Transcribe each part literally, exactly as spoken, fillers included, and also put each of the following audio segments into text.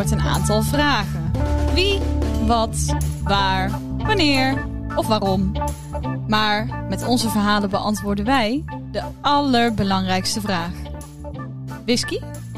beantwoordt een aantal vragen. Wie, wat, waar, wanneer of waarom. Maar met onze verhalen beantwoorden wij de allerbelangrijkste vraag. Whisky?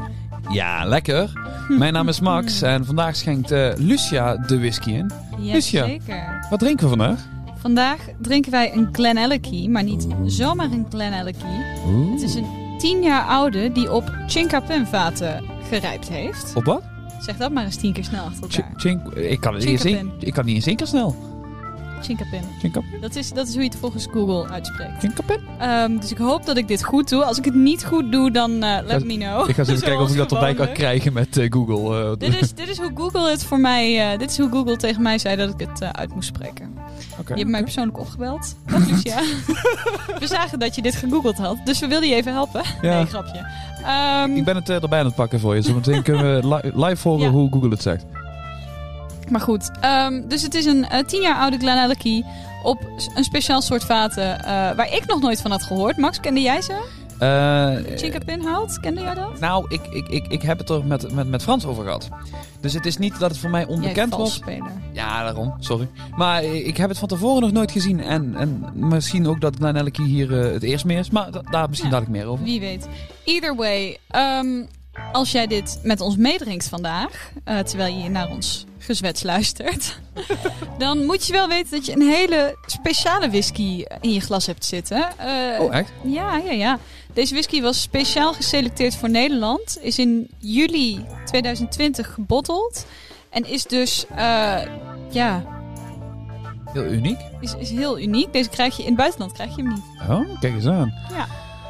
Ja, lekker. Mijn naam is Max en vandaag schenkt uh, Lucia de whisky in. Ja, Lucia, zeker. wat drinken we vandaag? Vandaag drinken wij een Glenallachie, maar niet Oeh. zomaar een Glenallachie. Oeh. Het is een tien jaar oude die op Chinkapin vaten gerijpt heeft. Op wat? Zeg dat maar eens tien keer snel achter elkaar. Ch- chink, ik, kan het niet eens één, ik kan niet eens één keer snel. Chinkapin. Chinkapin? Dat is, dat is hoe je het volgens Google uitspreekt. Chinkapin? Um, dus ik hoop dat ik dit goed doe. Als ik het niet goed doe, dan uh, let ga, me know. Ik ga eens even kijken of ik dat erbij kan krijgen met uh, Google. Uh, dit, is, dit is hoe Google het voor mij... Uh, dit is hoe Google tegen mij zei dat ik het uh, uit moest spreken. Okay, je hebt okay. mij persoonlijk opgebeld. Dag Lucia. We zagen dat je dit gegoogeld had. Dus we wilden je even helpen. Ja. Nee, grapje. Um, ik ben het uh, erbij aan het pakken voor je. Zometeen kunnen we li- live horen ja. hoe Google het zegt. Maar goed. Um, dus het is een uh, tien jaar oude Glenallachie op een speciaal soort vaten uh, waar ik nog nooit van had gehoord. Max, kende jij ze? Uh, Chinkapin hout, kende jij dat? Nou, ik, ik, ik, ik heb het er met, met, met Frans over gehad. Dus het is niet dat het voor mij onbekend Jij was. Speler. Ja, daarom. Sorry. Maar ik heb het van tevoren nog nooit gezien. En, en misschien ook dat Glenallachie hier uh, het eerst meer is. Maar da- daar misschien ja, dadelijk meer over. Wie weet. Either way. Um, als jij dit met ons meedrinkt vandaag, uh, terwijl je naar ons gezwets luistert, dan moet je wel weten dat je een hele speciale whisky in je glas hebt zitten. Uh, oh, echt? Ja, ja, ja. Deze whisky was speciaal geselecteerd voor Nederland. Is in juli tweeduizend twintig gebotteld. En is dus, uh, ja... Heel uniek. Is, is heel uniek. Deze krijg je in het buitenland, krijg je hem niet. Oh, kijk eens aan. Ja.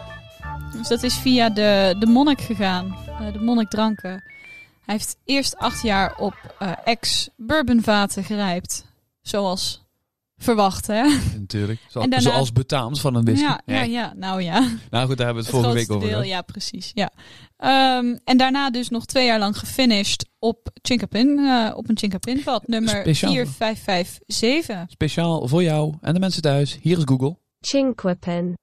Dus dat is via de, de Monnik gegaan. Uh, de Monnik dranken. Hij heeft eerst acht jaar op uh, ex-bourbonvaten gerijpt. Zoals verwacht, hè? Natuurlijk. Zoals, daarna... zoals betaamt van een whisky. Ja, ja, ja, nou ja. Nou goed, daar hebben we het, het vorige week over deel, gehad. Ja, precies. Ja. Um, en daarna dus nog twee jaar lang gefinished op Chinkapin. Uh, op een Chinkapin vat. Nummer Speciaal. vier vijf vijf zeven. Speciaal voor jou en de mensen thuis. Hier is Google. Chinkapin.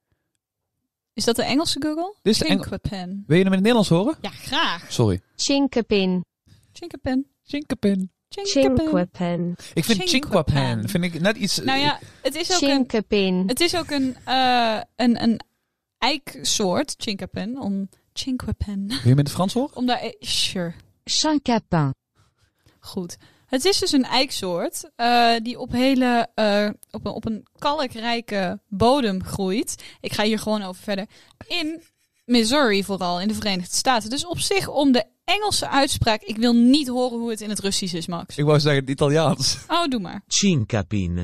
Is dat de Engelse Google? Dit is de Chinkapin. Engel... Wil je hem in het Nederlands horen? Ja, graag. Sorry. Chinkapin. Chinkapin. Chinkapin. Chinkapin. Ik vind Chinkapin vind ik net iets... Nou ja, het is ook Chinkapin. een... Het is ook een, uh, een, een eiksoort, Chinkapin, om... Chinkapin. Wil je hem in het Frans horen? Om daar... Sure. Chinkapin. Goed. Het is dus een eiksoort uh, die op, hele, uh, op, een, op een kalkrijke bodem groeit. Ik ga hier gewoon over verder. In Missouri vooral, in de Verenigde Staten. Dus op zich om de Engelse uitspraak. Ik wil niet horen hoe het in het Russisch is, Max. Ik wou zeggen het Italiaans. Oh, doe maar. Chinkapin.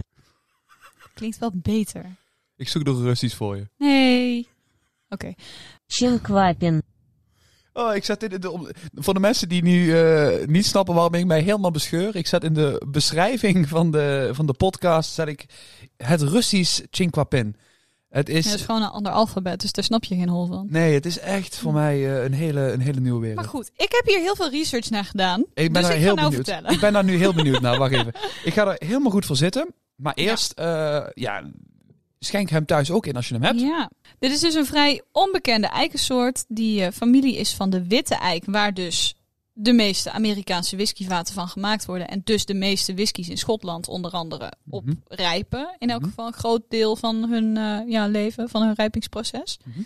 Klinkt wel beter. Ik zoek nog Russisch voor je. Nee. Oké. Okay. Chinkapin. Oh, ik zet in de... Voor de mensen die nu uh, niet snappen waarom ik mij helemaal bescheur. Ik zet in de beschrijving van de, van de podcast zet ik het Russisch Chinkapin. Het is... Ja, dat is gewoon een ander alfabet, dus daar snap je geen hol van. Nee, het is echt voor mij uh, een, hele, een hele nieuwe wereld. Maar goed, ik heb hier heel veel research naar gedaan. Ik ben dus daar ik heel ga nou benieuwd. vertellen. Ik ben daar nu heel benieuwd naar. Wacht even. Ik ga er helemaal goed voor zitten. Maar eerst, ja, uh, ja schenk hem thuis ook in als je hem hebt. Ja. Dit is dus een vrij onbekende eikensoort die uh, familie is van de witte eik, waar dus de meeste Amerikaanse whiskyvaten van gemaakt worden. En dus de meeste whiskies in Schotland onder andere op mm-hmm. rijpen. In elk mm-hmm. geval een groot deel van hun uh, ja, leven, van hun rijpingsproces. Mm-hmm.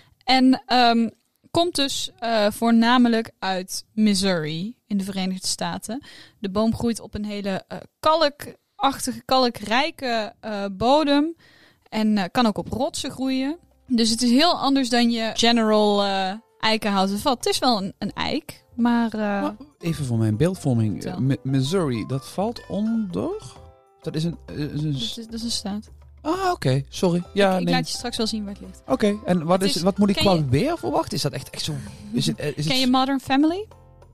En um, komt dus uh, voornamelijk uit Missouri in de Verenigde Staten. De boom groeit op een hele uh, kalkachtige, kalkrijke uh, bodem. En uh, kan ook op rotsen groeien. Dus het is heel anders dan je general uh, eikenhouten vat. Het is wel een, een eik, maar... Uh... maar even voor mijn beeldvorming. Uh, M- Missouri, dat valt onder... Dat is een... Uh, is een... Dat, is, dat is een staat. Ah, oké. Okay. Sorry. Ja, ik ik nee. laat je straks wel zien waar het ligt. Oké. Okay. En wat, is, is, wat moet ik qua je... weer verwachten? Is dat echt, echt zo... Is het, is ken het... je Modern Family?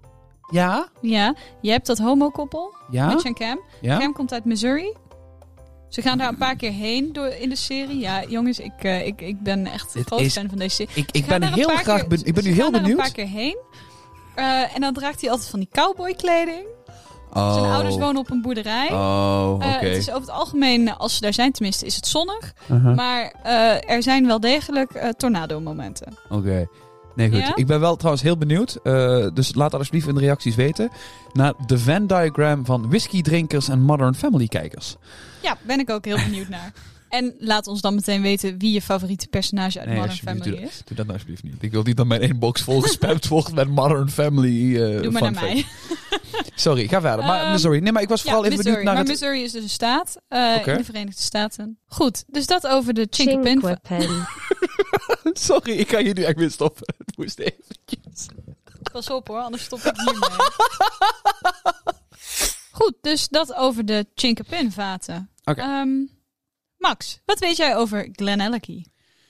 Ja. Ja. Je hebt dat homo-koppel. Ja. Mitch en Cam. Ja. Cam komt uit Missouri. Ze gaan daar een paar keer heen door in de serie. Ja, jongens, ik, uh, ik, ik ben echt een groot fan van deze serie. Ik, ik ben heel graag ben, ik ben nu heel benieuwd. Ze gaan er een paar keer heen. Uh, en dan draagt hij altijd van die cowboykleding. Oh. Zijn ouders wonen op een boerderij. Oh, oké. Okay. Uh, het is over het algemeen, als ze daar zijn tenminste, is het zonnig. Uh-huh. Maar uh, er zijn wel degelijk uh, tornado-momenten. Oké. Okay. Nee, goed. Ja? Ik ben wel trouwens heel benieuwd. Uh, dus laat alsjeblieft in de reacties weten. Naar de Venn diagram van whisky-drinkers en Modern Family-kijkers. Ja, ben ik ook heel benieuwd naar. En laat ons dan meteen weten wie je favoriete personage uit Nee, Modern alsjeblieft, Family doe, is. Doe dat nou alsjeblieft niet. Ik wil niet dat mijn inbox vol gespamd wordt met Modern Family. Uh, Doe maar naar mij. Sorry, ga verder. Maar Um, Missouri. Nee, maar ik was vooral ja, even Missouri. benieuwd naar maar het... Missouri is dus een staat uh, Okay. in de Verenigde Staten. Goed, dus dat over de Chinquapin. Chinquapin. Sorry, ik ga hier nu echt weer stoppen. Het moest eventjes. Pas op hoor, anders stop ik hiermee. Goed, dus dat over de Chinquapin vaten. Oké. Okay. Um, Max, wat weet jij over Glenallachie?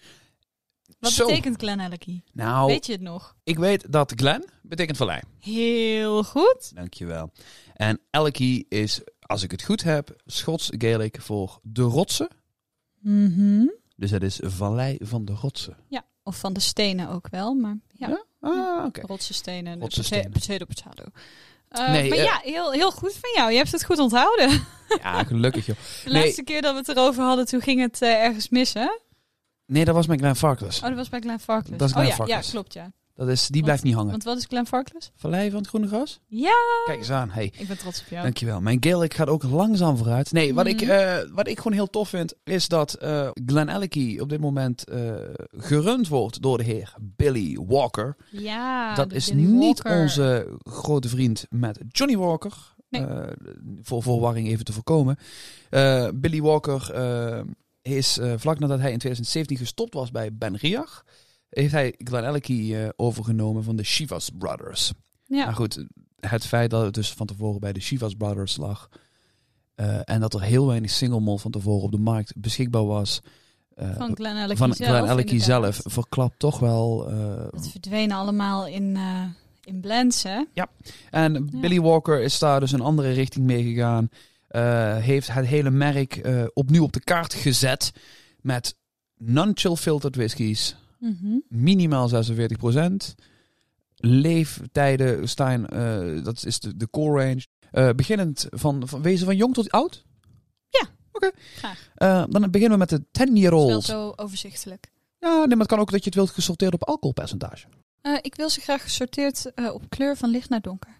Wat Zo. betekent Glenallachie? Nou, Weet je het nog? ik weet dat Glen betekent vallei. Heel goed. Dankjewel. En Elkie is, als ik het goed heb, Schots-Gaelic voor de rotsen. Mm-hmm. Dus het is vallei van de rotsen. Ja, of van de stenen ook wel, maar ja. Ja? Ah, oké. Rotse stenen. Rotse stenen. Potato, potato. Uh, Nee, maar uh, ja, heel, heel goed van jou. Je hebt het goed onthouden. Ja, gelukkig joh. De Nee. laatste keer dat we het erover hadden, toen ging het uh, ergens mis, hè? Nee, dat was met Glen Farkless. Oh, dat was bij Glen Farkless. Dat is oh Glen ja, Farkless. ja, klopt, ja. Dat is, die blijft niet hangen. Want wat is Glen Farkless? Vallei van het groene gras? Ja! Kijk eens aan. Hey. Ik ben trots op jou. Dankjewel. Mijn Gaelic gaat ook langzaam vooruit. Nee, wat, Mhm. ik, uh, wat ik gewoon heel tof vind, is dat uh, Glenallachie op dit moment uh, gerund wordt door de heer Billy Walker. Ja, dat de is Billy niet Walker. onze grote vriend met Johnny Walker. Nee. Uh, voor verwarring even te voorkomen. Uh, Billy Walker uh, is uh, vlak nadat hij in twintig zeventien gestopt was bij Ben Riach, heeft hij Glenallachie uh, overgenomen van de Chivas Brothers. Ja. Maar goed, het feit dat het dus van tevoren bij de Chivas Brothers lag uh, en dat er heel weinig single malt van tevoren op de markt beschikbaar was uh, Van Glenallachie van zelf. Glenallachie inderdaad. zelf, verklapt toch wel... Uh, Het verdwenen allemaal in, uh, in blends, hè? en Ja. Billy Walker is daar dus een andere richting mee gegaan. Uh, heeft het hele merk uh, opnieuw op de kaart gezet met non-chill filtered whiskies. Mm-hmm. Minimaal zesenveertig procent. Leeftijden staan, uh, dat is de, de core range. Uh, beginnend van, van wezen van jong tot oud? Ja, Oké. Okay. Graag. Uh, dan beginnen we met de ten-year-old. Dat is wel zo overzichtelijk. Ja, nee, maar het kan ook dat je het wilt gesorteerd op alcoholpercentage. Uh, ik wil ze graag gesorteerd uh, op kleur van licht naar donker.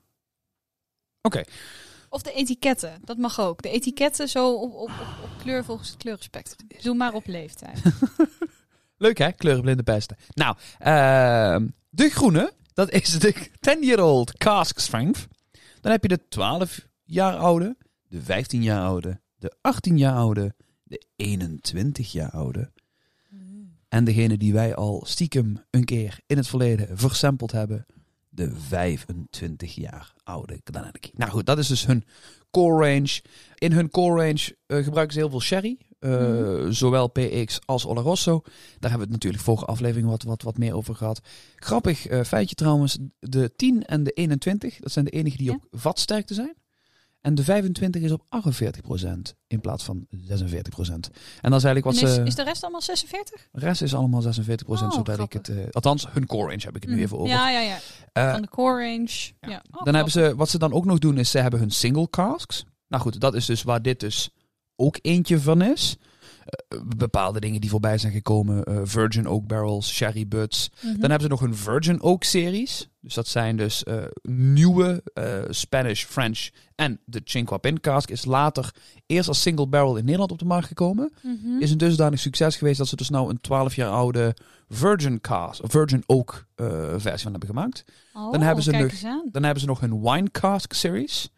Oké. Okay. Of de etiketten, dat mag ook. De etiketten zo op, op, op, op kleur volgens het kleurenspectrum. Doe maar op leeftijd. Leuk hè, kleurenblinde pesten. Nou, uh, de groene, dat is de ten-year-old cask strength. Dan heb je de twaalf jaar oude, de vijftien jaar oude, de achttien jaar oude, de eenentwintig jaar oude. Mm. En degene die wij al stiekem een keer in het verleden versampled hebben, de vijfentwintig jaar oude Glenallachie. Nou goed, dat is dus hun core range. In hun core range uh, gebruiken ze heel veel sherry. Uh, mm. Zowel P X als Oloroso. Daar hebben we het natuurlijk vorige aflevering wat, wat, wat meer over gehad. Grappig uh, feitje trouwens. De tien en de eenentwintig, dat zijn de enigen die ja. op vatsterkte zijn. En de vijfentwintig is op achtenveertig procent in plaats van zesenveertig procent. En dat is eigenlijk wat en is, ze... is de rest allemaal zesenveertig? De rest is allemaal zesenveertig procent, Oh, zodat ik het... Uh, althans, hun core range heb ik het nu mm. even over. Ja, ja, ja. Uh, van de core range. Ja. Ja. Oh, dan hebben ze... Wat ze dan ook nog doen, is ze hebben hun single casks. Nou goed, dat is dus waar dit dus ook eentje van is. Uh, bepaalde dingen die voorbij zijn gekomen. Uh, Virgin Oak Barrels, Sherry Butts. Mm-hmm. Dan hebben ze nog een Virgin Oak series. Dus dat zijn dus uh, nieuwe uh, Spanish, French en de Chinquapin cask is later eerst als single barrel in Nederland op de markt gekomen. Mm-hmm. Is een dusdanig succes geweest dat ze dus nou een twaalf jaar oude Virgin cask, Virgin Oak uh, versie van hebben gemaakt. Oh, dan, hebben ze kijk nog, eens aan. dan hebben ze nog hun Wine Cask series.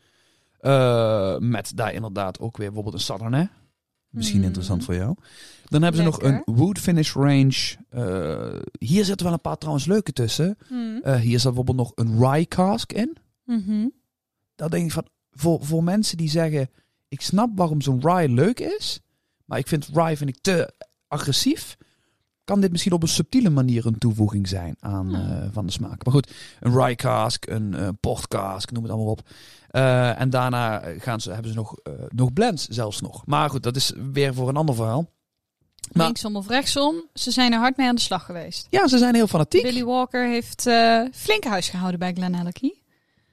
Uh, met daar inderdaad ook weer bijvoorbeeld een Chardonnay. Misschien Mm. interessant voor jou. Dan hebben Lekker. ze nog een Wood Finish range. Uh, hier zitten wel een paar trouwens leuke tussen. Mm. Uh, hier zit bijvoorbeeld nog een Rye Cask in. Mm-hmm. Dan denk ik van, voor, voor mensen die zeggen, ik snap waarom zo'n Rye leuk is, maar ik vind Rye vind ik te agressief, kan dit misschien op een subtiele manier een toevoeging zijn aan Hmm. uh, van de smaak. Maar goed, een Rye Cask, een uh, Port Cask, noem het allemaal op. Uh, en daarna gaan ze, hebben ze nog, uh, nog blends zelfs nog. Maar goed, dat is weer voor een ander verhaal. Maar, Linksom of rechtsom, ze zijn er hard mee aan de slag geweest. ja, ze zijn heel fanatiek. Billy Walker heeft uh, flink huis gehouden bij Glenallachie.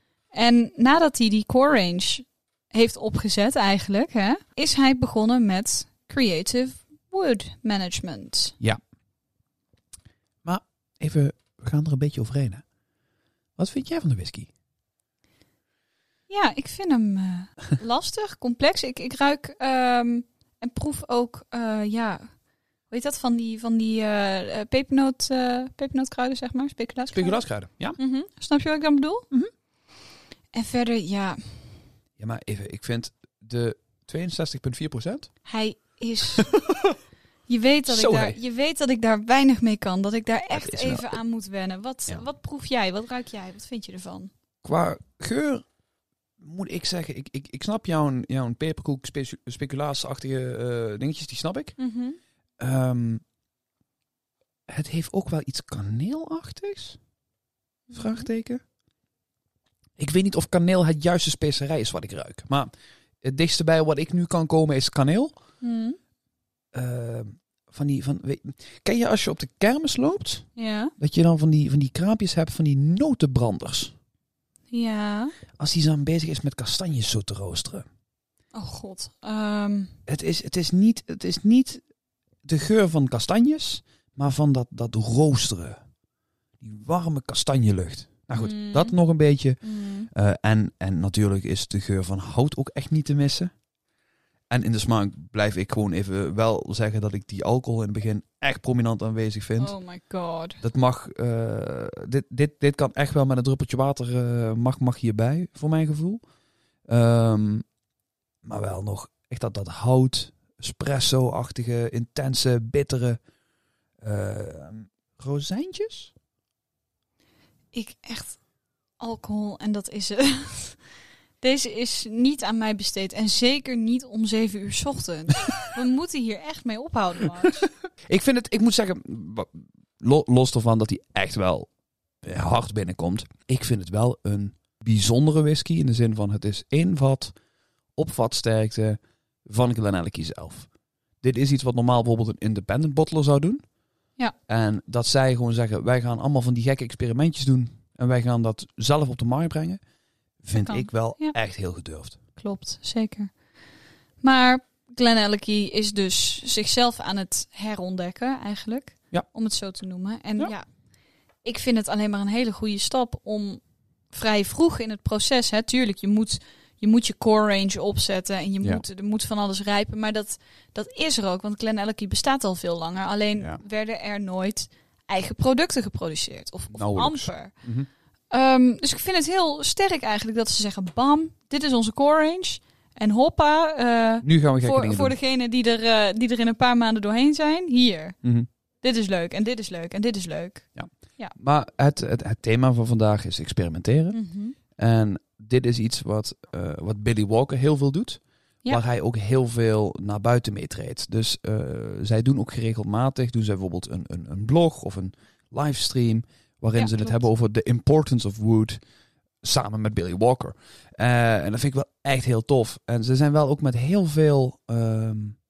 En nadat hij die core range heeft opgezet eigenlijk, hè, is hij begonnen met creative wood management. Ja. Maar even we gaan er een beetje overheen. Hè? Wat vind jij van de whisky? Ja, ik vind hem uh, lastig, complex. Ik, ik ruik um, en proef ook, uh, ja, hoe heet dat, van die, van die uh, pepernoot, uh, pepernootkruiden, zeg maar, speculaaskruiden. Speculaaskruiden, ja. Mm-hmm. Snap je wat ik dan bedoel? Mm-hmm. En verder, ja... Ja, maar even, ik vind de tweeënzestig komma vier procent... Hij is... je, weet dat Zo ik daar, heet. je weet dat ik daar weinig mee kan. Dat ik daar echt is even wel- aan moet wennen. Wat, Ja. wat proef jij? Wat ruik jij? Wat vind je ervan? Qua geur moet ik zeggen, ik, ik, ik snap jouw, jouw peperkoek specu- speculaasachtige uh, dingetjes, die snap ik. Mm-hmm. Um, het heeft ook wel iets kaneelachtigs? Vraagteken. Ik weet niet of kaneel het juiste specerij is wat ik ruik. Maar het dichtste bij wat ik nu kan komen is kaneel. Mm. Uh, van die, van, weet, ken je als je op de kermis loopt, Ja. dat je dan van die, van die kraampjes hebt van die notenbranders? Ja. Als die dan bezig is met kastanjes zo te roosteren. Oh god. Um, Het is, het is, niet, het is niet de geur van kastanjes, maar van dat, dat roosteren. Die warme kastanjelucht. Nou goed, Mm. dat nog een beetje. mm. Uh, en, en natuurlijk is de geur van hout ook echt niet te missen. En in de smaak blijf ik gewoon even wel zeggen dat ik die alcohol in het begin echt prominent aanwezig vind. Oh my god. Dat mag, uh, dit, dit, dit kan echt wel met een druppeltje water, uh, mag, mag hierbij, voor mijn gevoel. Um, maar wel nog echt dat, dat hout, espresso-achtige, intense, bittere uh, rozijntjes. Ik echt alcohol en dat is het. Deze is niet aan mij besteed en zeker niet om zeven uur 's ochtends. We moeten hier echt mee ophouden, Max. Ik vind het, ik moet zeggen, lo- los ervan dat hij echt wel hard binnenkomt. Ik vind het wel een bijzondere whisky in de zin van het is één vat op vatsterkte van Glenallachie zelf. Dit is iets wat normaal bijvoorbeeld een independent bottler zou doen. Ja. En dat zij gewoon zeggen, wij gaan allemaal van die gekke experimentjes doen en wij gaan dat zelf op de markt brengen. Vind kan. ik wel Ja. echt heel gedurfd. Klopt, zeker. Maar Glenallachie is dus zichzelf aan het herontdekken eigenlijk. Ja. Om het zo te noemen. En Ja. ja. ik vind het alleen maar een hele goede stap om vrij vroeg in het proces. Hè, tuurlijk, je moet, je moet je core range opzetten en je Ja. moet, er moet van alles rijpen. Maar dat, dat is er ook, want Glenallachie bestaat al veel langer. Alleen Ja. werden er nooit eigen producten geproduceerd. Of, of Nauwelijks. amper. Mhm. Um, dus ik vind het heel sterk eigenlijk dat ze zeggen, bam, dit is onze core range. En hoppa, uh, Nu gaan we gekke voor, dingen voor doen. degenen die er, uh, die er in een paar maanden doorheen zijn, hier. Mhm. Dit is leuk en dit is leuk en dit is leuk. Maar het, het, het thema van vandaag is experimenteren. Mm-hmm. En dit is iets wat, uh, wat Billy Walker heel veel doet. Ja. Waar hij ook heel veel naar buiten mee treedt. Dus uh, zij doen ook geregelmatig, doen zij bijvoorbeeld een, een, een blog of een livestream. Waarin Ja, ze het klopt. hebben over the importance of wood. Samen met Billy Walker. Uh, en dat vind ik wel echt heel tof. En ze zijn wel ook met heel veel um,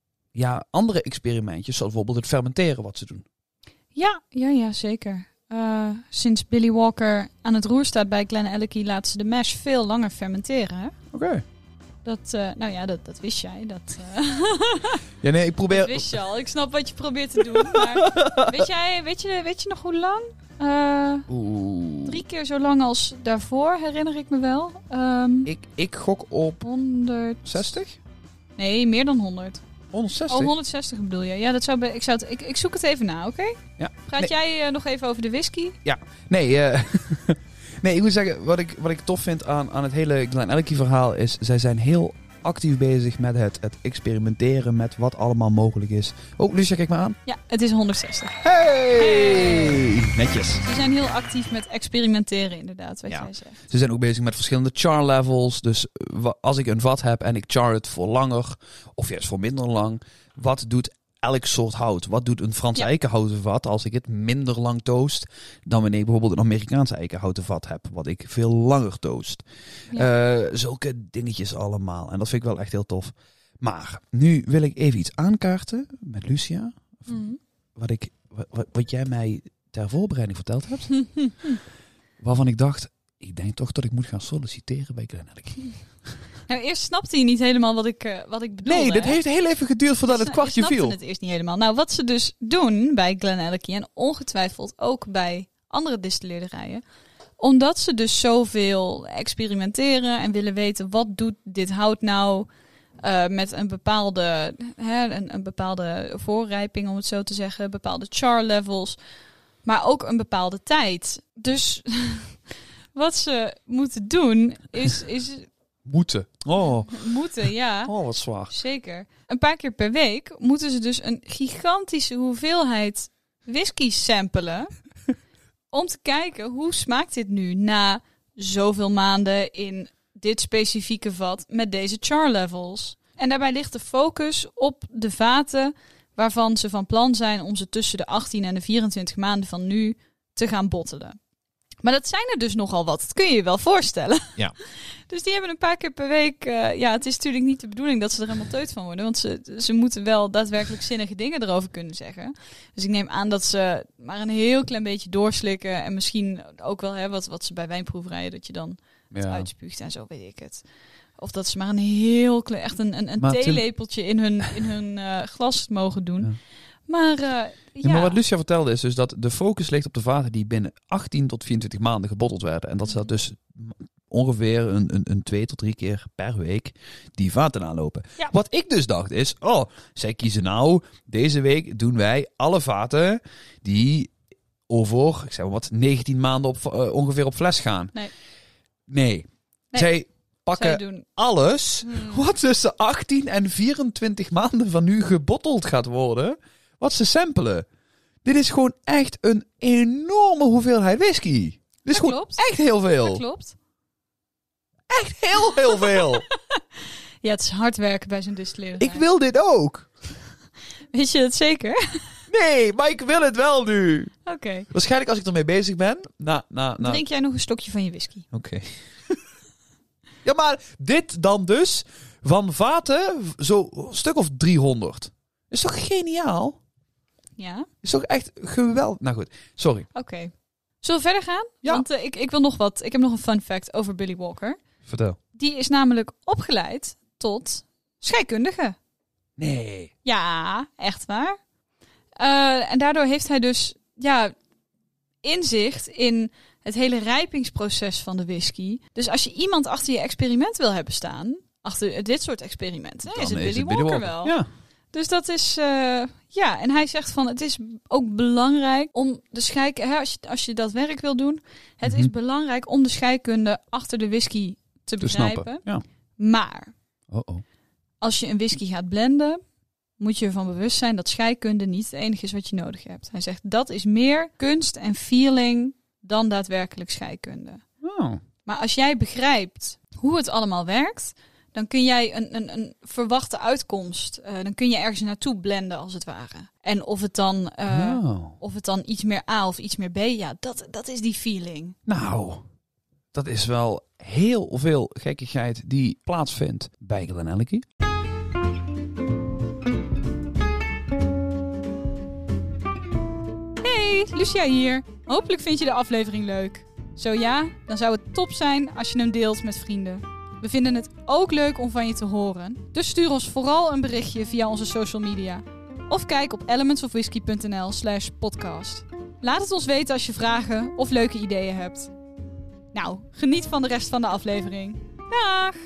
ja, andere experimentjes. Zoals bijvoorbeeld het fermenteren wat ze doen. Ja, ja, ja, zeker. Uh, sinds Billy Walker aan het roer staat bij Glenallachie, laat ze de mash veel langer fermenteren. Hè? Oké. Okay. Dat, uh, nou ja, dat, dat wist jij. Dat, uh... ja, nee, ik probeer... dat wist je al. Ik snap wat je probeert te doen. Maar weet, jij, weet, je, weet je nog hoe lang? Uh, Oeh. Drie keer zo lang als daarvoor, herinner ik me wel. Um, ik, ik gok op... honderdzestig? zestig? Nee, meer dan honderd. honderdzestig? Oh, honderdzestig bedoel je. Ja, dat zou be- ik, zou het, ik, ik zoek het even na, oké? Okay? Ja. Praat nee. jij uh, nog even over de whisky? Ja. Nee, uh, nee, ik moet zeggen, wat ik, wat ik tof vind aan, aan het hele Glenallachie verhaal is, zij zijn heel actief bezig met het, het experimenteren met wat allemaal mogelijk is. Oh, Lucia, kijk maar aan. Ja, het is honderdzestig. Hey! Hey! Netjes. Ze zijn heel actief met experimenteren, inderdaad, wat Ja. jij zegt. Ze zijn ook bezig met verschillende char levels. Dus wa- als ik een vat heb en ik char het voor langer, of juist voor minder lang, wat doet elk soort hout? Wat doet een Frans Ja. eikenhouten vat als ik het minder lang toast dan wanneer ik bijvoorbeeld een Amerikaans eikenhouten vat heb, wat ik veel langer toast? Ja. Uh, zulke dingetjes allemaal. En dat vind ik wel echt heel tof. Maar nu wil ik even iets aankaarten met Lucia. Mm. Wat, ik, wat, wat jij mij ter voorbereiding verteld hebt. Waarvan ik dacht, ik denk toch dat ik moet gaan solliciteren bij Glenallachie. Nou, eerst snapte je niet helemaal wat ik, uh, wat ik bedoelde. Nee, dit hè? heeft heel even geduurd voordat Ik het sna- kwartje ik snapte viel. het eerst niet helemaal. Nou, wat ze dus doen bij Glenallachie en ongetwijfeld ook bij andere distilleerderijen. Omdat ze dus zoveel experimenteren en willen weten wat doet dit hout nou uh, met een bepaalde, hè, een, een bepaalde voorrijping, om het zo te zeggen, bepaalde char levels, maar ook een bepaalde tijd. Dus wat ze moeten doen is, is Moeten. Oh. moeten, ja. Oh, wat zwaar. Zeker. Een paar keer per week moeten ze dus een gigantische hoeveelheid whisky samplen om te kijken hoe smaakt dit nu na zoveel maanden in dit specifieke vat met deze char levels. En daarbij ligt de focus op de vaten waarvan ze van plan zijn om ze tussen de achttien en de vierentwintig maanden van nu te gaan bottelen. Maar dat zijn er dus nogal wat. Dat kun je je wel voorstellen. Ja. Dus die hebben een paar keer per week... Uh, ja, het is natuurlijk niet de bedoeling dat ze er helemaal teut van worden. Want ze, ze moeten wel daadwerkelijk zinnige dingen erover kunnen zeggen. Dus ik neem aan dat ze maar een heel klein beetje doorslikken. En misschien ook wel hè, wat, wat ze bij wijnproeverijen, dat je dan het Ja. uitspuugt en zo, weet ik het. Of dat ze maar een heel klein, echt een, een, een Maar theelepeltje in hun, in hun uh, glas mogen doen. Ja. Maar uh, ja. Ja, maar wat Lucia vertelde is dus dat de focus ligt op de vaten die binnen achttien tot vierentwintig maanden gebotteld werden. En dat ze dat dus ongeveer een, een, een twee tot drie keer per week die vaten aanlopen. Ja. Wat ik dus dacht is, oh, zij kiezen nou, deze week doen wij alle vaten die over, ik zeg maar wat, negentien maanden op, uh, ongeveer op fles gaan. Nee. Nee. Nee. Zij pakken Zij doen. alles Hmm. wat tussen achttien en vierentwintig maanden van nu gebotteld gaat worden, wat ze samplen. Dit is gewoon echt een enorme hoeveelheid whisky. Dit is Dat gewoon klopt. echt heel veel. Dat klopt. Echt heel, heel veel. Ja, het is hard werken bij zo'n distilleren. Ik wil dit ook. Weet je het zeker? Nee, maar ik wil het wel nu. Oké. Waarschijnlijk als ik ermee bezig ben. Nou, nou, nou. Drink jij nog een stokje van je whisky? Oké. Ja, maar dit dan dus van vaten zo een stuk of driehonderd. Is toch geniaal? Ja. Is toch echt geweldig? Nou goed, sorry. Oké. Zullen we verder gaan? Ja. Want uh, ik, ik wil nog wat. Ik heb nog een fun fact over Billy Walker. Vertel. Die is namelijk opgeleid tot scheikundige. Nee. Ja, echt waar. Uh, en daardoor heeft hij dus ja, inzicht in het hele rijpingsproces van de whisky. Dus als je iemand achter je experiment wil hebben staan, achter dit soort experimenten, dan is het Billy Walker wel. Ja. Dus dat is, uh, ja, en hij zegt van, het is ook belangrijk om de scheikunde, hè, als je, als je dat werk wil doen, het Mhm. is belangrijk om de scheikunde achter de whisky te Te begrijpen. snappen. Ja. Maar Oh oh. als je een whisky gaat blenden, moet je ervan bewust zijn dat scheikunde niet het enige is wat je nodig hebt. Hij zegt, dat is meer kunst en feeling dan daadwerkelijk scheikunde. Oh. Maar als jij begrijpt hoe het allemaal werkt, dan kun jij een, een, een verwachte uitkomst, uh, dan kun je ergens naartoe blenden als het ware. En of het dan, uh, Oh. of het dan iets meer A of iets meer B, ja, dat, dat is die feeling. Nou, dat is wel heel veel gekkigheid die plaatsvindt bij Glenallachie. Hey, Lucia hier. Hopelijk vind je de aflevering leuk. Zo ja, dan zou het top zijn als je hem deelt met vrienden. We vinden het ook leuk om van je te horen. Dus stuur ons vooral een berichtje via onze social media. Of kijk op elementsofwhisky.nl slash podcast. Laat het ons weten als je vragen of leuke ideeën hebt. Nou, geniet van de rest van de aflevering. Dag!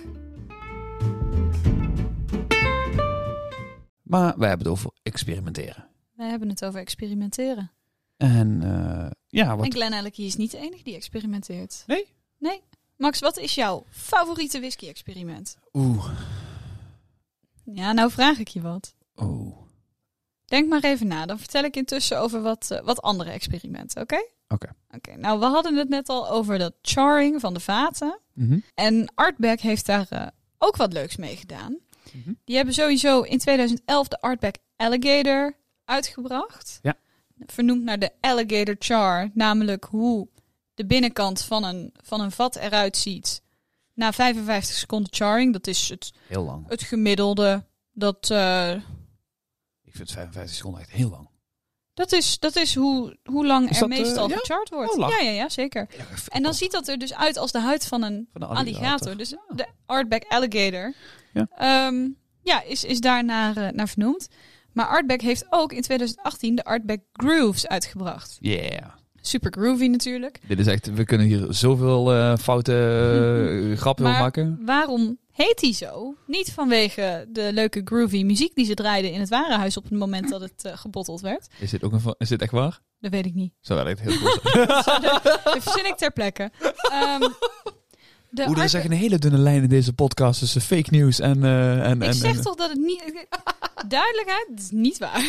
Maar wij hebben het over experimenteren. Wij hebben het over experimenteren. En uh, ja, wat... En Glenallachie is niet de enige die experimenteert. Nee? Nee. Max, wat is jouw favoriete whisky-experiment? Oeh. Ja, nou vraag ik je wat. Oeh. Denk maar even na. Dan vertel ik intussen over wat, uh, wat andere experimenten, oké? Oké. Oké, okay, nou we hadden het net al over dat charring van de vaten. Mm-hmm. En Ardbeg heeft daar uh, ook wat leuks mee gedaan. Mm-hmm. Die hebben sowieso in tweeduizend elf de Ardbeg Alligator uitgebracht. Ja. Vernoemd naar de Alligator Char. Namelijk hoe de binnenkant van een, van een vat eruit ziet na vijfenvijftig seconden charring. Dat is het, Heel lang. het gemiddelde. Dat, uh, Ik vind vijfenvijftig seconden echt heel lang. dat, is, dat is hoe, hoe lang Is er dat, meestal uh, ja? gechart wordt. Oh, lang. ja, ja, ja, zeker. Ja, En dan ziet dat er dus uit als de huid van een, Van een alligator. alligator. Dus Ja. de Ardbeg Alligator Ja. um, ja, is, is daar naar, uh, naar vernoemd. Maar Ardbeg heeft ook in tweeduizend achttien de Ardbeg Grooves uitgebracht. Yeah. Super groovy natuurlijk. Dit is echt, we kunnen hier zoveel uh, foute uh, grappen Maar maken. Waarom heet hij zo? Niet vanwege de leuke groovy muziek die ze draaiden in het warenhuis op het moment dat het uh, gebotteld werd. Is dit ook een, is dit echt waar? Dat weet ik niet. Zou wel echt heel cool zijn. Dat verzin ik ter plekke. Um, de Oeh, er is Art- echt een hele dunne lijn in deze podcast tussen fake news en... Uh, en ik en, zeg en, toch dat het niet... Duidelijkheid, het is niet waar.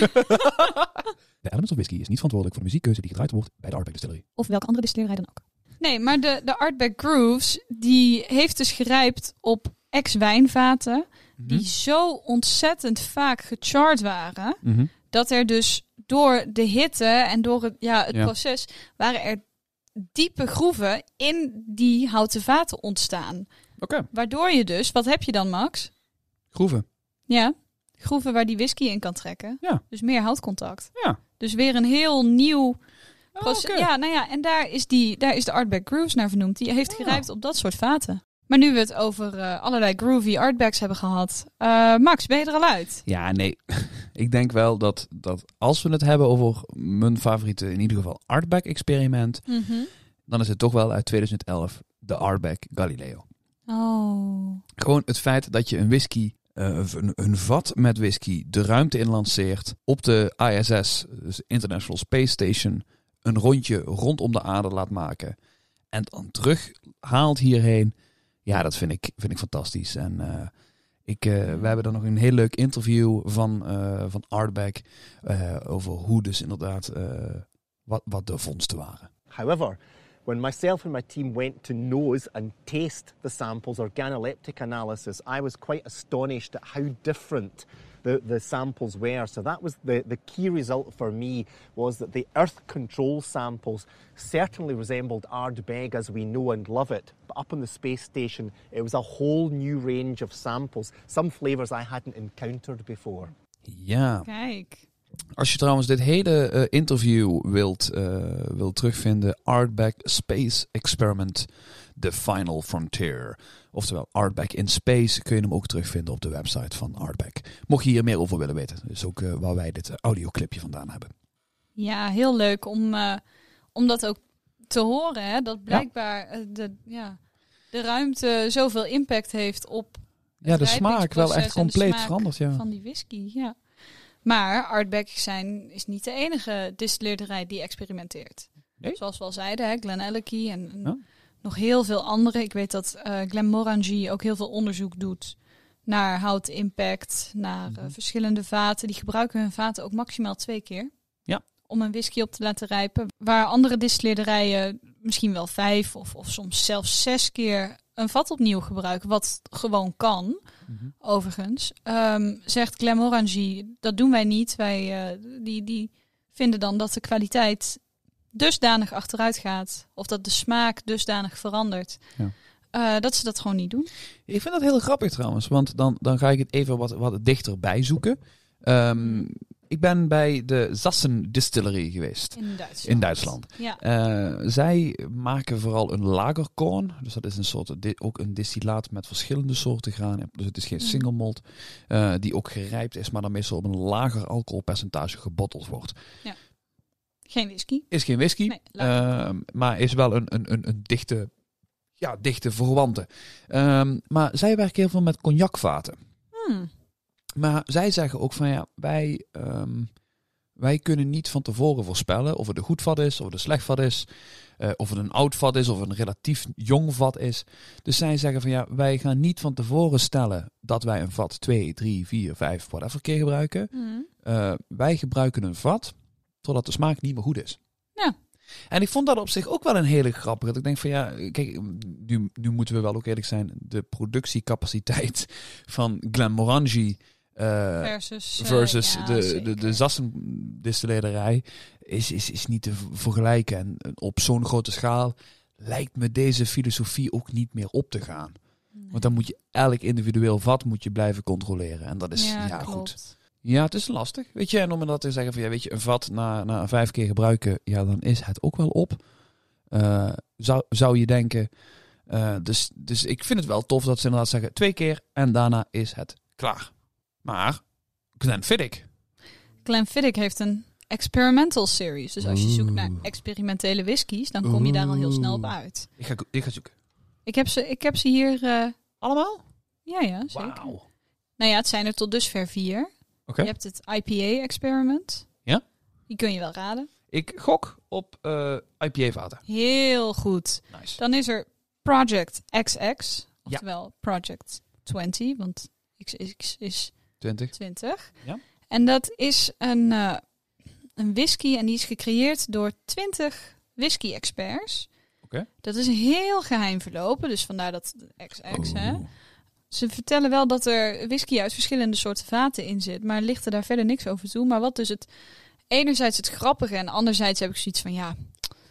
De Elements of Whisky is niet verantwoordelijk voor de muziekkeuze die gedraaid wordt bij de Ardbeg Distillery. Of welke andere distillerij dan ook. Nee, maar de, de Ardbeg Grooves, die heeft dus gerijpt op ex-wijnvaten... die Mhm. zo ontzettend vaak gecharred waren... Mhm. dat er dus door de hitte en door het, ja, het Ja. proces... waren er diepe groeven in die houten vaten ontstaan. Oké, Waardoor je dus... Wat heb je dan, Max? groeven. Ja, groeven waar die whisky in kan trekken. Ja. Dus meer houtcontact. Ja. Dus weer een heel nieuw Oh, proces. oké. Ja, nou ja, en daar is, die, daar is de Ardbeg Grooves naar vernoemd. Die heeft Oh. gerijpt op dat soort vaten. Maar nu we het over uh, allerlei groovy Ardbegs hebben gehad. Uh, Max, ben je er al uit? Ja, nee. Ik denk wel dat, dat als we het hebben over mijn favoriete, in ieder geval Ardbeg experiment, Mm-hmm. dan is het toch wel uit tweeduizend elf de Ardbeg Galileo. Oh. Gewoon het feit dat je een whisky, uh, een, een vat met whisky, de ruimte in lanceert, op de I S S, dus International Space Station, een rondje rondom de aarde laat maken en dan terug haalt hierheen. Ja, dat vind ik, vind ik fantastisch. En uh, ik, uh, we hebben dan nog een heel leuk interview van, uh, van Ardbeg uh, over hoe dus inderdaad uh, wat, wat de vondsten waren. However, when myself and my team went to nose and taste the samples organoleptic analysis, I was quite astonished at how different the, the samples were. So that was the, the key result for me, was that the earth control samples certainly resembled Ardbeg as we know and love it. But up on the space station, it was a whole new range of samples, some flavours I hadn't encountered before. Ja. Kijk. Als je trouwens dit hele uh, interview wilt, uh, wilt terugvinden, Ardbeg Space Experiment, The Final Frontier. Oftewel Ardbeg in Space, kun je hem ook terugvinden op de website van Ardbeg. Mocht je hier meer over willen weten. Dus ook uh, waar wij dit uh, audioclipje vandaan hebben. Ja, heel leuk om, uh, om dat ook te horen. Hè? Dat blijkbaar uh, de, ja, de ruimte zoveel impact heeft op Ja, de smaak wel echt compleet smaak veranderd. Ja. van die whisky, ja. Maar Ardbeg zijn, is niet de enige distillerij die experimenteert. Nee? Zoals we al zeiden, hè, Glenallachie en, en Ja. nog heel veel andere. Ik weet dat uh, Glenmorangie ook heel veel onderzoek doet naar houtimpact, naar uh, Mhm. verschillende vaten. Die gebruiken hun vaten ook maximaal twee keer. Ja. Om een whisky op te laten rijpen. Waar andere distillerijen misschien wel vijf of, of soms zelfs zes keer een vat opnieuw gebruiken. Wat gewoon kan. Mhm. Overigens, um, zegt Glenmorangie, dat doen wij niet. Wij uh, die, die vinden dan dat de kwaliteit dusdanig achteruit gaat. Of dat de smaak dusdanig verandert. Ja. Uh, dat ze dat gewoon niet doen. Ik vind dat heel grappig trouwens, want dan, dan ga ik het even wat, wat dichterbij zoeken. Um, ik ben bij de Zassen Distillery geweest. In Duitsland. In Duitsland. Ja. Uh, zij maken vooral een lagerkorn. Dus dat is een soort, di- ook een distillaat met verschillende soorten graan. Dus het is geen Mm. single malt. Uh, die ook gerijpt is, maar dan meestal op een lager alcoholpercentage gebotteld wordt. Geen whisky. Is geen whisky, Nee, lager. uh, maar is wel een, een, een, een dichte, ja, dichte verwante. Um, maar zij werken heel veel met cognacvaten. Hmm. Maar zij zeggen ook van ja, wij, um, wij kunnen niet van tevoren voorspellen of het een goed vat is, of het een slecht vat is, uh, of het een oud vat is, of een relatief jong vat is. Dus zij zeggen van ja, wij gaan niet van tevoren stellen dat wij een vat twee, drie, vier, vijf, whatever keer gebruiken. Hmm. Uh, wij gebruiken een vat totdat de smaak niet meer goed is. Ja. En ik vond dat op zich ook wel een hele grappige. Dat ik denk van ja, kijk, nu, nu moeten we wel ook eerlijk zijn. De productiecapaciteit van Glenmorangie uh, versus, uh, versus ja, de, zeker. de, de Zassen distillerij is, is, is niet te v- vergelijken. En op zo'n grote schaal lijkt me deze filosofie ook niet meer op te gaan. Nee. Want dan moet je elk individueel vat moet je blijven controleren. En dat is ja, ja, goed. klopt. Ja, het is lastig. Weet je, en om dat te zeggen van ja, weet je, een vat na, na vijf keer gebruiken, ja, dan is het ook wel op. Uh, zou, zou je denken. Uh, dus, dus ik vind het wel tof dat ze inderdaad zeggen twee keer en daarna is het klaar. Maar Glenfiddich. Glenfiddich heeft een experimental series. Dus als je zoekt naar Oeh. experimentele whiskies, dan kom je daar al heel snel op uit. Ik ga, ik ga zoeken. Ik heb ze, ik heb ze hier... eh, Allemaal? ja, ja, zeker. Wauw. Nou ja, het zijn er tot dusver vier. Oké. Je hebt het I P A-experiment. Ja? Die kun je wel raden. Ik gok op uh, I P A-vaten. Heel goed. Nice. Dan is er Project X X. Oftewel Project twintig, want X X is twintig. twintig. Ja. En dat is een, uh, een whisky en die is gecreëerd door twintig whisky-experts. Oké. Dat is heel geheim verlopen, dus vandaar dat X X. Hè. Oeh. Ze vertellen wel dat er whisky uit verschillende soorten vaten in zit, maar lichten daar verder niks over toe. Maar wat dus het enerzijds het grappige en anderzijds heb ik zoiets van ja,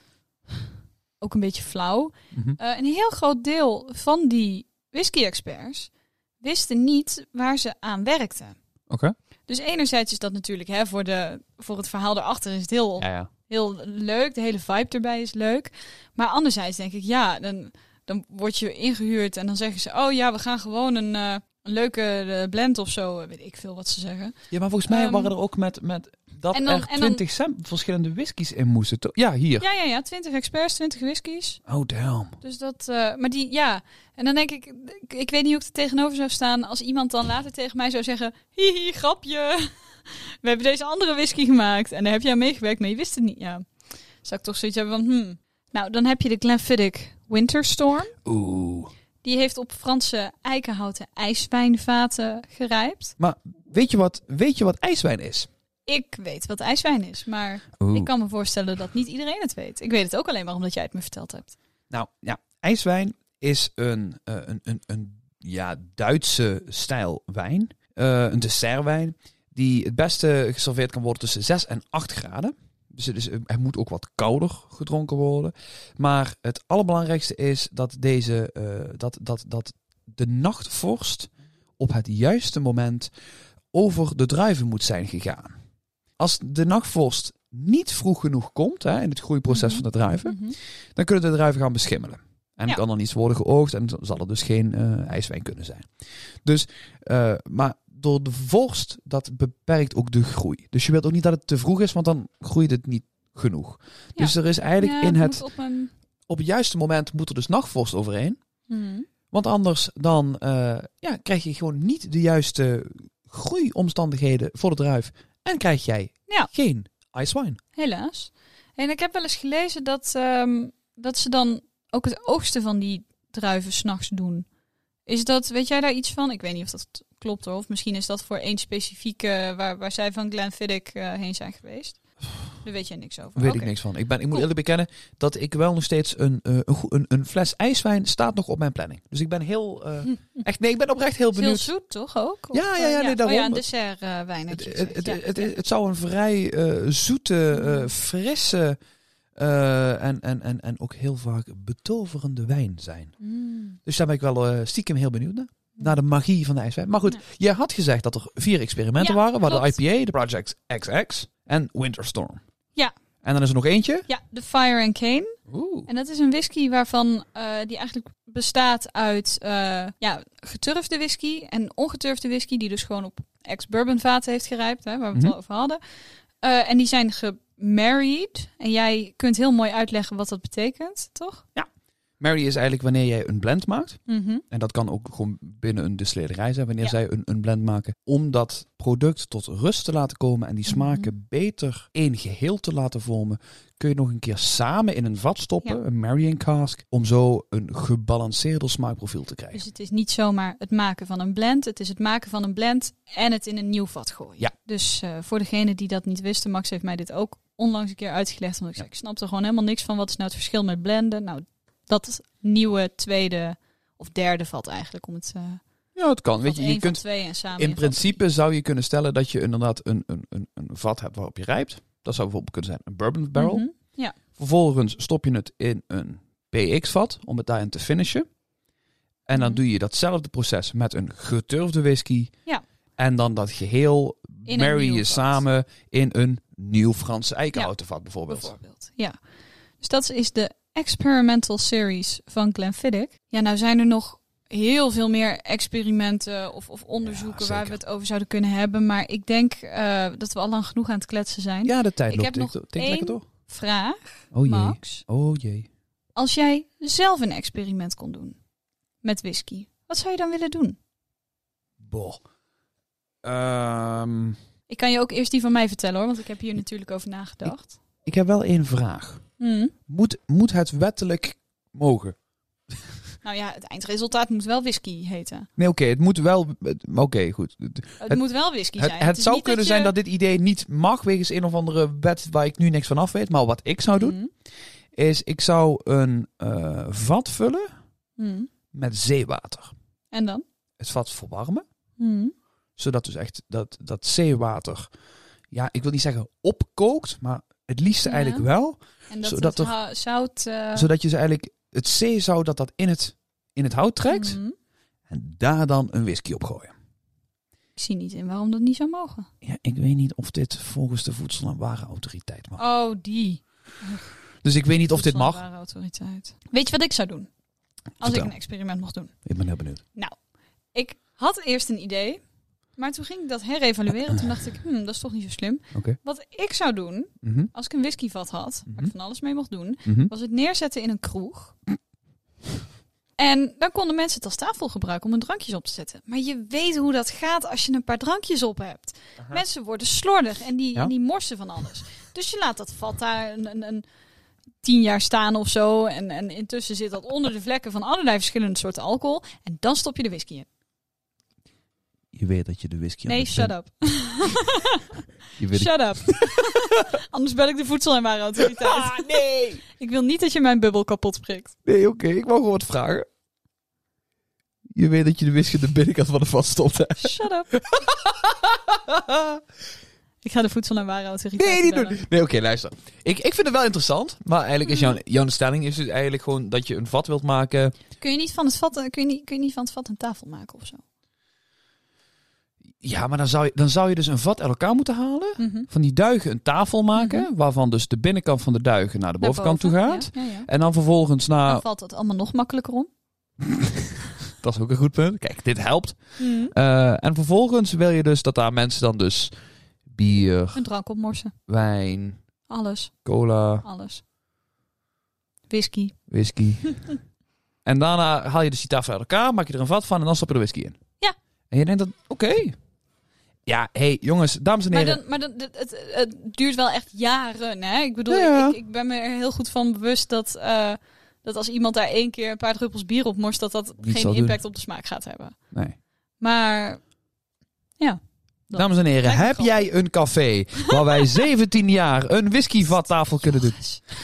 ook een beetje flauw. Mhm. Uh, een heel groot deel van die whisky-experts wisten niet waar ze aan werkten. Oké. Dus enerzijds is dat natuurlijk hè, voor, de, voor het verhaal erachter is het heel, Ja, ja. heel leuk. De hele vibe erbij is leuk. Maar anderzijds denk ik, ja, dan, dan word je ingehuurd en dan zeggen ze, oh ja, we gaan gewoon een, uh, een leuke uh, blend of zo. Weet ik veel wat ze zeggen. Ja, maar volgens mij Um, waren er ook met, met dat en dan- er en dan- twintig sam- verschillende whiskies in moesten. to- Ja, hier. Ja, ja, ja. twintig experts, twintig whiskies. Oh, damn. Dus dat, uh, maar die, ja. En dan denk ik, ik, ik weet niet hoe ik er tegenover zou staan als iemand dan later tegen mij zou zeggen, hihi, grapje. We hebben deze andere whisky gemaakt en daar heb jij aan meegewerkt, maar je wist het niet. Ja, zou ik toch zoiets hebben van, hmm. Nou, dan heb je de Glenfiddich Winterstorm. Oeh. Die heeft op Franse eikenhouten ijswijnvaten gerijpt. Maar weet je, wat, weet je wat ijswijn is? Ik weet wat ijswijn is, maar Oeh. ik kan me voorstellen dat niet iedereen het weet. Ik weet het ook alleen maar omdat jij het me verteld hebt. Nou, ja, ijswijn is een, uh, een, een, een ja, Duitse stijl wijn. Uh, een dessertwijn die het beste geserveerd kan worden tussen zes en acht graden. Dus het, is, het moet ook wat kouder gedronken worden. Maar het allerbelangrijkste is dat, deze, uh, dat, dat, dat de nachtvorst op het juiste moment over de druiven moet zijn gegaan. Als de nachtvorst niet vroeg genoeg komt hè, in het groeiproces Mm-hmm. van de druiven, Mm-hmm. dan kunnen de druiven gaan beschimmelen. En Ja. kan er niets worden geoogst en dan zal er dus geen uh, ijswijn kunnen zijn. Dus, uh, maar door de vorst, dat beperkt ook de groei. Dus je wilt ook niet dat het te vroeg is, want dan groeit het niet genoeg. Ja. Dus er is eigenlijk Ja, in het, moet op een... op het juiste moment moet er dus nachtvorst overheen. Mhm. Want anders dan uh, ja, krijg je gewoon niet de juiste groeiomstandigheden voor de druif. En krijg jij Ja. geen ijswijn. Helaas. En ik heb wel eens gelezen dat, um, dat ze dan ook het oogsten van die druiven 's nachts doen. Is dat, weet jij daar iets van? Ik weet niet of dat klopt hoor. Of misschien is dat voor één specifieke waar, waar zij van Glenfiddich uh, heen zijn geweest. Daar weet jij niks over. Daar weet Oké. ik niks van. Ik, ben, ik moet Cool. eerlijk bekennen dat ik wel nog steeds een, uh, een, goe- een, een fles ijswijn staat nog op mijn planning. Dus ik ben heel, uh, echt, nee, ik ben oprecht heel Het is heel benieuwd. zoet toch ook? Of, Ja, ja, ja, uh, nee, daarom. Oh ja, een dessert uh, wijn. Het, had je het, gezegd. het, Ja, het, ja. het, het zou een vrij uh, zoete, uh, frisse uh, en, en, en, en ook heel vaak betoverende wijn zijn. Mm. Dus daar ben ik wel uh, stiekem heel benieuwd naar. Naar de magie van de ijswijn. Maar goed, Ja. je had gezegd dat er vier experimenten Ja, waren. We hadden klopt. de I P A, de Project X X en Winterstorm. Ja. En dan is er nog eentje. Ja, de Fire and Cane. Oeh. En dat is een whisky waarvan uh, die eigenlijk bestaat uit uh, ja, geturfde whisky en ongeturfde whisky, die dus gewoon op ex-bourbon vaten heeft gerijpt, hè, waar we het Mhm. al over hadden. Uh, en die zijn gemarried. En jij kunt heel mooi uitleggen wat dat betekent, toch? Marry is eigenlijk wanneer jij een blend maakt. Mm-hmm. En dat kan ook gewoon binnen een distillerij zijn. Wanneer Ja. zij een, een blend maken. Om dat product tot rust te laten komen. En die smaken Mhm. beter één geheel te laten vormen. Kun je nog een keer samen in een vat stoppen. Ja. Een marrying cask. Om zo een gebalanceerder smaakprofiel te krijgen. Dus het is niet zomaar het maken van een blend. Het is het maken van een blend en het in een nieuw vat gooien. Ja. Dus uh, voor degenen die dat niet wisten, Max heeft mij dit ook onlangs een keer uitgelegd. Omdat ik Ja. zei, ik snap er gewoon helemaal niks van. Wat is nou het verschil met blenden? Nou, dat nieuwe tweede of derde vat eigenlijk. Om het uh, Ja, het kan. Weet je, één je kunt, van twee en samen in vat principe zou je kunnen stellen dat je inderdaad een, een, een, een vat hebt waarop je rijpt. Dat zou bijvoorbeeld kunnen zijn een bourbon barrel. Mhm. Ja. Vervolgens stop je het in een P X-vat om het daarin te finishen. En dan Mhm. doe je datzelfde proces met een geturfde whisky. Ja. En dan dat geheel In een marry nieuw je vat. samen in een nieuw Franse eikenhouten vat bijvoorbeeld. Bijvoorbeeld, ja. Dus dat is de Experimental Series van Glenfiddich. Ja, nou zijn er nog heel veel meer experimenten of, of onderzoeken Ja, waar we zeker. het over zouden kunnen hebben. Maar ik denk uh, dat we al lang genoeg aan het kletsen zijn. Ja, de tijd Ik loopt. heb nog Denk, denk lekker door. Vraag, Oh jee. Max. Oh jee. Als jij zelf een experiment kon doen met whisky, wat zou je dan willen doen? Boah. Ehm, Ik kan je ook eerst die van mij vertellen hoor, want ik heb hier natuurlijk over nagedacht. ik heb wel één vraag. Hmm. Moet, moet het wettelijk mogen? Nou ja, het eindresultaat moet wel whisky heten. Nee, oké, het moet wel... Oké, okay, goed. Het, Het- moet wel whisky Het, zijn. het is zou niet kunnen je- zijn dat dit idee niet mag wegens een of andere wet waar ik nu niks van af weet. Maar wat ik zou doen, Hmm. is ik zou een eh, vat vullen Hmm. met zeewater. En dan? Het vat verwarmen, Hmm. zodat dus echt dat, dat zeewater, ja, ik wil niet zeggen opkookt, maar het liefste Ja. eigenlijk wel. En dat Zodat het er- hou- zout... eh, Zodat je ze eigenlijk, het zeezout dat dat in het, in het hout trekt hmm. en daar dan een whisky op gooien. Ik zie niet in waarom dat niet zou mogen. Ja, ik weet niet of dit volgens de Voedsel- en Warenautoriteit mag. Oh, die. Dus ik weet niet of dit mag. Autoriteit. Weet je wat ik zou doen? Als Vertel. ik een experiment mocht doen. Ik ben heel benieuwd. Ik had eerst een idee, maar toen ging ik dat herevalueren. Toen dacht ik, hmm, dat is toch niet zo slim. Oké. Wat ik zou doen, Mhm, als ik een whiskyvat had, waar Mhm. ik van alles mee mocht doen, mhm. was het neerzetten in een kroeg. En dan konden mensen het als tafel gebruiken om hun drankjes op te zetten. Maar je weet hoe dat gaat als je een paar drankjes op hebt. Mensen worden slordig en die, Ja. en die morsen van alles. Dus je laat dat vat daar een, een, een tien jaar staan of zo. En, en intussen zit dat onder de vlekken van allerlei verschillende soorten alcohol. En dan stop je de whisky in. Je weet dat je de whisky aan Nee, het shut up. Je weet Shut up. Anders bel ik de Voedsel- en Warenautoriteit. Ah, nee! Ik wil niet dat je mijn bubbel kapot sprikt. Nee, oké, ik wou gewoon wat vragen. Je weet dat je de whisky aan de binnenkant van de vat stopt, hè? Shut up. Ik ga de Voedsel- en Warenautoriteit Nee, niet bellen. doen. Nee, oké, luister. Ik, ik vind het wel interessant, maar eigenlijk is jouw, jouw stelling is dus eigenlijk gewoon dat je een vat wilt maken. Kun je niet van het vat, kun je niet, kun je niet van het vat een tafel maken of zo? Ja, maar dan zou je, dan zou je dus een vat uit elkaar moeten halen. Mhm. Van die duigen een tafel maken, Mhm. waarvan dus de binnenkant van de duigen naar de Naar bovenkant boven. toe gaat. Ja, ja, ja. En dan vervolgens naar... Dan valt het allemaal nog makkelijker om. Dat is ook een goed punt. Kijk, dit helpt. Mhm. Eh, en vervolgens wil je dus dat daar mensen dan dus bier, Een drank opmorsen. wijn, Alles. cola, Alles. Whisky. whisky. En daarna haal je dus die tafel uit elkaar, maak je er een vat van en dan stop je de whisky in. Ja. En je denkt dat, oké. Ja, hey jongens, dames en Maar, heren. dan, maar dan, het, het, het duurt wel echt jaren. Hè? Ik bedoel, Ja. ik, ik ben me er heel goed van bewust dat, eh, dat als iemand daar één keer een paar druppels bier op morst, dat dat Niet geen zal impact doen. op de smaak gaat hebben. Nee. Maar ja. Dat Dames en heren, lijkt me heb grappig. jij een café waar wij zeventien jaar een whiskyvattafel kunnen doen?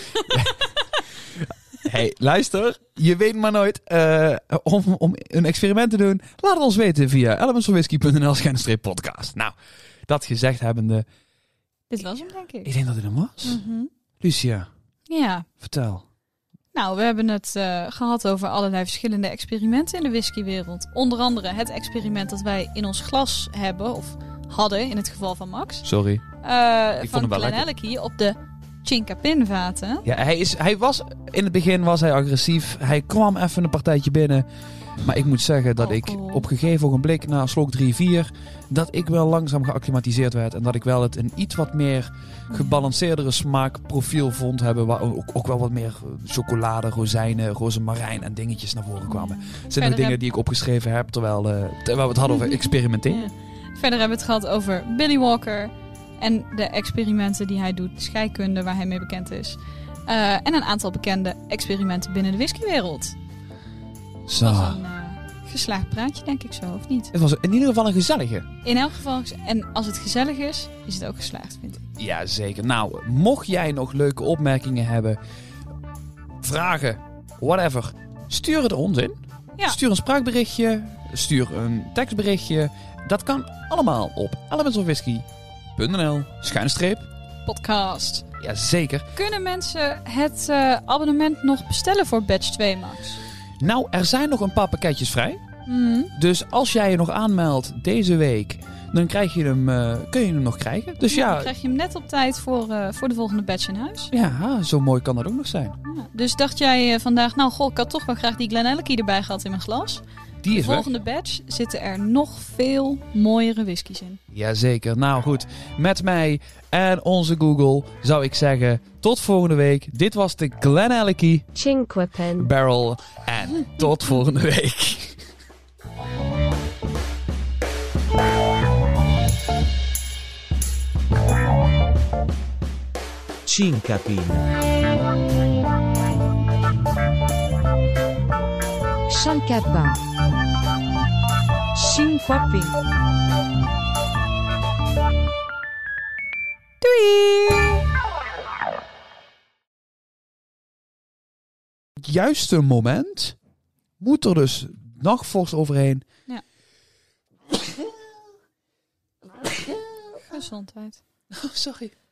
Hey, luister, je weet maar nooit. eh, om, om een experiment te doen, laat het ons weten via elementsofwhisky punt n l schuine podcast. Nou, dat gezegd hebbende, Dit was hem, denk ik ik. denk dat dit hem was. Mhm. Lucia, Ja. vertel. Nou, we hebben het eh, gehad over allerlei verschillende experimenten in de whiskywereld. Onder andere het experiment dat wij in ons glas hebben, of hadden in het geval van Max. Sorry. Eh vond van hem wel Glenallachie op de Chinkapin vaten. Ja, hij, is, hij was, in het begin was hij agressief. Hij kwam even een partijtje binnen. Maar ik moet zeggen dat ik Alcohol. op een gegeven ogenblik, na slok drie, vier, dat ik wel langzaam geacclimatiseerd werd. En dat ik wel het een iets wat meer gebalanceerdere smaakprofiel vond hebben. Waar ook, ook wel wat meer chocolade, rozijnen, rozemarijn en dingetjes naar voren kwamen. Het zijn Verder ook dingen heb- die ik opgeschreven heb terwijl, uh, terwijl we het hadden over experimenteren. Ja. Verder hebben we het gehad over Billy Walker en de experimenten die hij doet, de scheikunde waar hij mee bekend is. Uh, en een aantal bekende experimenten binnen de whiskywereld. Zo. Dat was een uh, geslaagd praatje, denk ik zo, of niet? Het was in ieder geval een gezellige. In elk geval, en als het gezellig is, is het ook geslaagd, vind ik. Ja, zeker. Nou, mocht jij nog leuke opmerkingen hebben, vragen, whatever, stuur het ons in. Ja. Stuur een spraakberichtje, stuur een tekstberichtje. Dat kan allemaal op elementsofwhisky punt n l schuine streep. Podcast. Jazeker. Kunnen mensen het uh, abonnement nog bestellen voor batch twee, Max? Nou, er zijn nog een paar pakketjes vrij. Mm. Dus als jij je nog aanmeldt deze week, dan krijg je hem, uh, kun je hem nog krijgen. Dus Ja, ja, dan krijg je hem net op tijd voor, uh, voor de volgende batch in huis. ja, zo mooi kan dat ook nog zijn. Ja. Dus dacht jij uh, vandaag, nou goh, ik had toch wel graag die Glenallachie erbij gehad in mijn glas. Die De is weg. volgende batch zitten er nog veel mooiere whiskies in. Jazeker. Nou goed, met mij en onze Google zou ik zeggen tot volgende week. Dit was de Glenallachie Cinque Pen. Barrel en tot volgende week. Cincapin. Cinque Pen. Cinque Pen. Doei! Het juiste moment moet er dus nachtvorst overheen. Ja. Gezondheid. Oh, sorry.